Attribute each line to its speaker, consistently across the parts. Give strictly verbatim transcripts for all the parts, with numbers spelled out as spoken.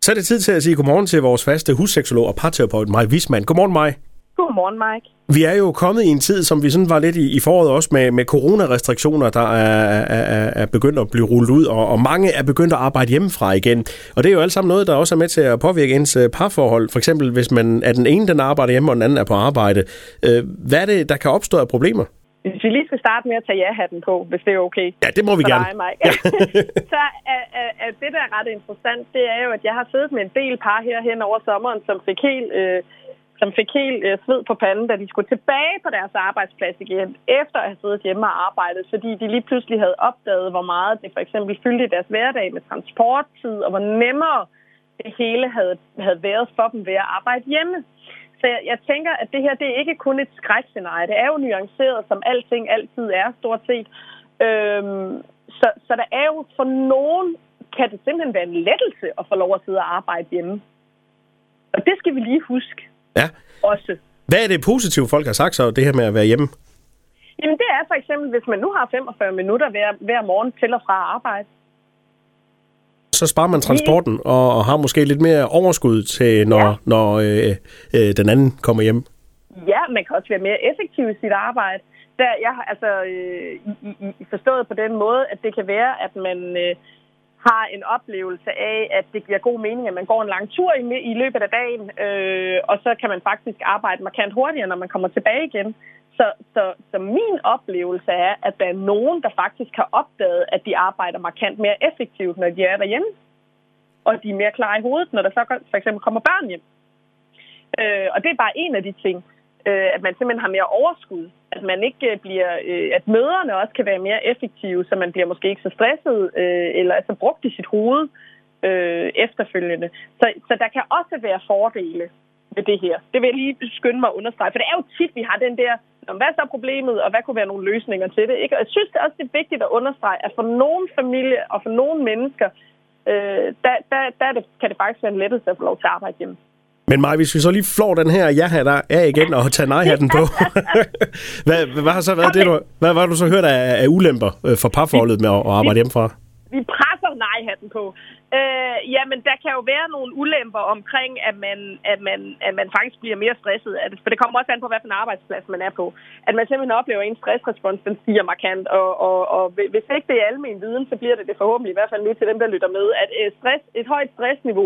Speaker 1: Så er det tid til at sige godmorgen til vores faste husseksolog og parterapeut Mai Wismann. Godmorgen, Mai.
Speaker 2: Godmorgen, Mike.
Speaker 1: Vi er jo kommet i en tid, som vi sådan var lidt i, i foråret også, med, med coronarestriktioner, der er, er, er begyndt at blive rullet ud, og, og mange er begyndt at arbejde hjemmefra igen. Og det er jo alt sammen noget, der også er med til at påvirke ens parforhold. For eksempel, hvis man er den ene, den arbejder hjemme, og den anden er på arbejde. Hvad er det, der kan opstå af problemer?
Speaker 2: Hvis vi lige skal starte med at tage ja-hatten på, hvis det er okay.
Speaker 1: Ja, det må vi
Speaker 2: for
Speaker 1: gerne.
Speaker 2: Dig, Mike. Ja. Så er, er, er det, der er ret interessant, det er jo, at jeg har siddet med en del par her hen over sommeren, som fik helt... Øh, som fik helt øh, sved på panden, da de skulle tilbage på deres arbejdsplads igen, efter at have siddet hjemme og arbejdet, fordi de lige pludselig havde opdaget, hvor meget det for eksempel fyldte i deres hverdag med transporttid, og hvor nemmere det hele havde, havde været for dem ved at arbejde hjemme. Så jeg, jeg tænker, at det her, det er ikke kun et skrækscenarie. Det er jo nuanceret, som alting altid er, stort set. Øhm, så, så der er jo for nogen, kan det simpelthen være en lettelse at få lov at sidde og arbejde hjemme. Og det skal vi lige huske.
Speaker 1: Ja.
Speaker 2: Også.
Speaker 1: Hvad er det positive, folk har sagt så, det her med at være hjemme?
Speaker 2: Jamen det er for eksempel, hvis man nu har femogfyrre minutter hver, hver morgen til og fra arbejde.
Speaker 1: Så sparer man transporten og, og har måske lidt mere overskud til, når, ja. når øh, øh, den anden kommer hjem.
Speaker 2: Ja, man kan også være mere effektiv i sit arbejde. Der, jeg har altså øh, i, i, forstået på den måde, at det kan være, at man... Øh, har en oplevelse af, at det giver god mening, at man går en lang tur i, i løbet af dagen, øh, og så kan man faktisk arbejde markant hurtigere, når man kommer tilbage igen. Så, så, så min oplevelse er, at der er nogen, der faktisk har opdaget, at de arbejder markant mere effektivt, når de er derhjemme. Og de er mere klare i hovedet, når der så for eksempel kommer børn hjem. Øh, og det er bare en af de ting, øh, at man simpelthen har mere overskud. At man ikke bliver, øh, at møderne også kan være mere effektive, så man bliver måske ikke så stresset, øh, eller altså brugt i sit hoved øh, efterfølgende. Så, så der kan også være fordele ved det her. Det vil jeg lige skynde mig at understrege, for det er jo tit, vi har den der, hvad er så problemet, og hvad kunne være nogle løsninger til det, ikke? Og jeg synes det også, det er vigtigt at understrege, at for nogle familier og for nogle mennesker, øh, der, der, der det, kan det faktisk være en lettelse at få lov til at arbejde hjemme.
Speaker 1: Men Mai, hvis vi så lige flår den her ja-hat af igen og tager nej-hatten på, hvad, hvad har så været det, du, hvad, hvad har du så hørt af, af ulemper for parforholdet med at, at arbejde hjemmefra?
Speaker 2: Vi presser nej-hatten på. Øh, jamen, der kan jo være nogle ulemper omkring, at man, at, man, at man faktisk bliver mere stresset af det. For det kommer også an på, hvad for en arbejdsplads man er på. At man simpelthen oplever, at en stressrespons, den stiger markant. Og, og, og hvis ikke det er almen viden, så bliver det det forhåbentlig i hvert fald nu til dem, der lytter med, at stress, et højt stressniveau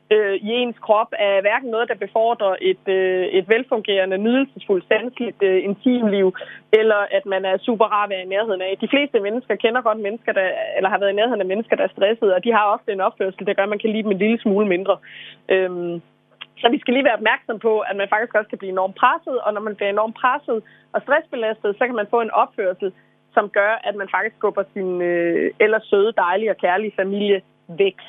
Speaker 2: i ens krop er hverken noget, der befordrer et, øh, et velfungerende, nydelsesfuldt, sanseligt øh, intimliv, eller at man er super rar at være i nærheden af. De fleste mennesker kender godt mennesker, der, eller har været i nærheden af mennesker, der er stressede, og de har ofte en opførsel, der gør, at man kan lide dem en lille smule mindre. Øhm, så vi skal lige være opmærksom på, at man faktisk også kan blive enormt presset, og når man bliver enormt presset og stressbelastet, så kan man få en opførsel, som gør, at man faktisk skubber sin øh, ellers søde, dejlige og kærlige familie væk.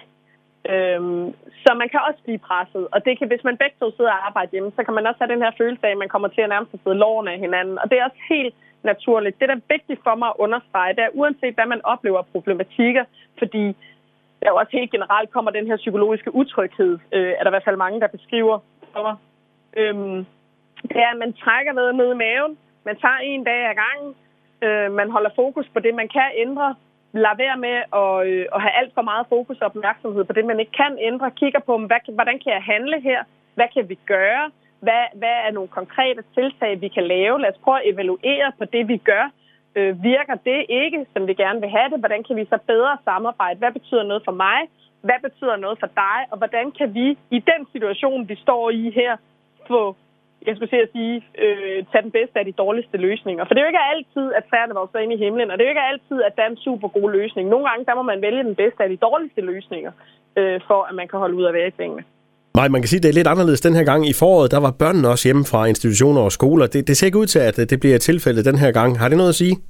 Speaker 2: Øhm, så man kan også blive presset, og det kan, hvis man begge to sidder og arbejder hjemme, så kan man også have den her følelse af, at man kommer til at nærmest sidde lårene af hinanden, og det er også helt naturligt. Det, der er vigtigt for mig at understrege, det er uanset hvad man oplever af problematikker, fordi der også helt generelt kommer den her psykologiske utryghed, øh, er der i hvert fald mange, der beskriver for mig. Øhm, det er, at man trækker noget ned i maven, man tager en dag ad gangen, øh, man holder fokus på det, man kan ændre, lad være med at, øh, at have alt for meget fokus og opmærksomhed på det, man ikke kan ændre. Kigger på, hvad, hvordan kan jeg handle her? Hvad kan vi gøre? Hvad, hvad er nogle konkrete tiltag, vi kan lave? Lad os prøve at evaluere på det, vi gør. Øh, virker det ikke, som vi gerne vil have det? Hvordan kan vi så bedre samarbejde? Hvad betyder noget for mig? Hvad betyder noget for dig? Og hvordan kan vi i den situation, vi står i her, få jeg skulle sige at sige, øh, tage den bedste af de dårligste løsninger. For det er jo ikke altid, at træerne vokser ind i himlen, og det er jo ikke altid, at der er en super god løsning. Nogle gange, der må man vælge den bedste af de dårligste løsninger, øh, for at man kan holde ud af vægtingene.
Speaker 1: Nej, man kan sige, at det er lidt anderledes den her gang. I foråret, der var børnene også hjemme fra institutioner og skoler. Det, det ser ikke ud til, at det bliver tilfældet den her gang. Har det noget at sige?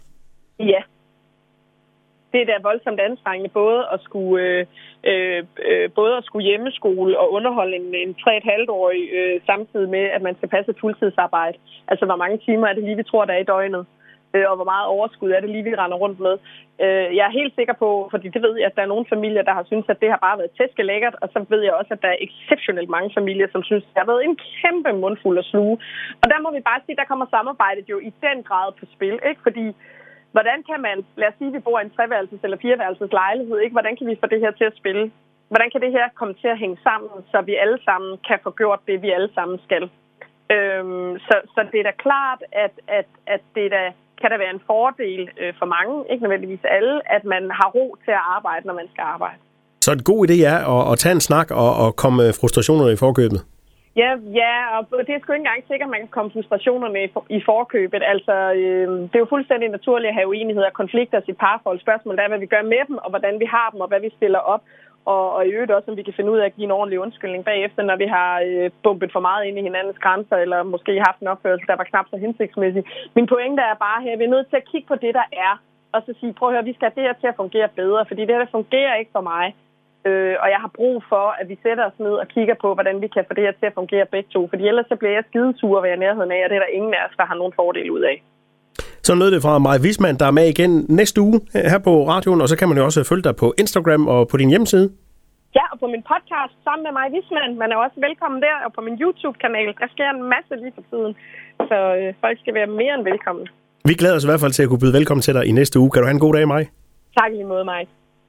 Speaker 2: Ja. Det er da voldsomt anstrengende både at skulle, øh, øh, både at skulle hjemmeskole og underholde en, en tre og et halvt årig øh, samtidig med, at man skal passe et fuldtidsarbejde. Altså, hvor mange timer er det lige, vi tror, der er i døgnet? Øh, og hvor meget overskud er det lige, vi render rundt med? Øh, jeg er helt sikker på, fordi det ved jeg, at der er nogle familier, der har syntes, at det har bare været tæske lækkert, og så ved jeg også, at der er exceptionelt mange familier, som synes, at det har været en kæmpe mundfuld at sluge. Og der må vi bare sige, at der kommer samarbejdet jo i den grad på spil, ikke? Fordi hvordan kan man, lad os sige, at vi bor i en treværelses eller fireværelses lejlighed, ikke? Hvordan kan vi få det her til at spille? hvordan kan det her komme til at hænge sammen, så vi alle sammen kan få gjort det, vi alle sammen skal. Øhm, så, så det er da klart, at, at, at det da, kan der være en fordel øh, for mange, ikke nødvendigvis alle, at man har ro til at arbejde, når man skal arbejde.
Speaker 1: Så en god idé er at, at tage en snak og, og komme frustrationerne i forkøbet?
Speaker 2: Ja, ja, og det er sgu ikke engang sikkert, at man kan komme frustrationerne i, for, i forkøbet. Altså, øh, det er jo fuldstændig naturligt at have uenigheder og konflikter i sit parforhold. Spørgsmålet er, hvad vi gør med dem, og hvordan vi har dem, og hvad vi stiller op. Og, og i øvrigt også, om vi kan finde ud af at give en ordentlig undskyldning bagefter, når vi har øh, bumpet for meget ind i hinandens grænser, eller måske haft en opførsel, der var knap så hensigtsmæssig. Min pointe er bare her, at vi er nødt til at kigge på det, der er, og så sige, prøv at høre, vi skal have det her til at fungere bedre, fordi det her der fungerer ikke for mig. Øh, og jeg har brug for, at vi sætter os ned og kigger på, hvordan vi kan få det her til at fungere begge to. Fordi ellers så bliver jeg skidesur ved nærheden af, og det er der ingen af os, der har nogen fordel ud af.
Speaker 1: Så lød det fra Maja Wissmann, der er med igen næste uge her på radioen, og så kan man jo også følge dig på Instagram og på din hjemmeside.
Speaker 2: Ja, og på min podcast sammen med Maja Wissmann. Man er også velkommen der, og på min YouTube-kanal. Der sker en masse lige for tiden, så øh, folk skal være mere end velkommen.
Speaker 1: Vi glæder os i hvert fald til at kunne byde velkommen til dig i næste uge. Kan du have en god dag, Maja?
Speaker 2: Tak i lige måde, Maja.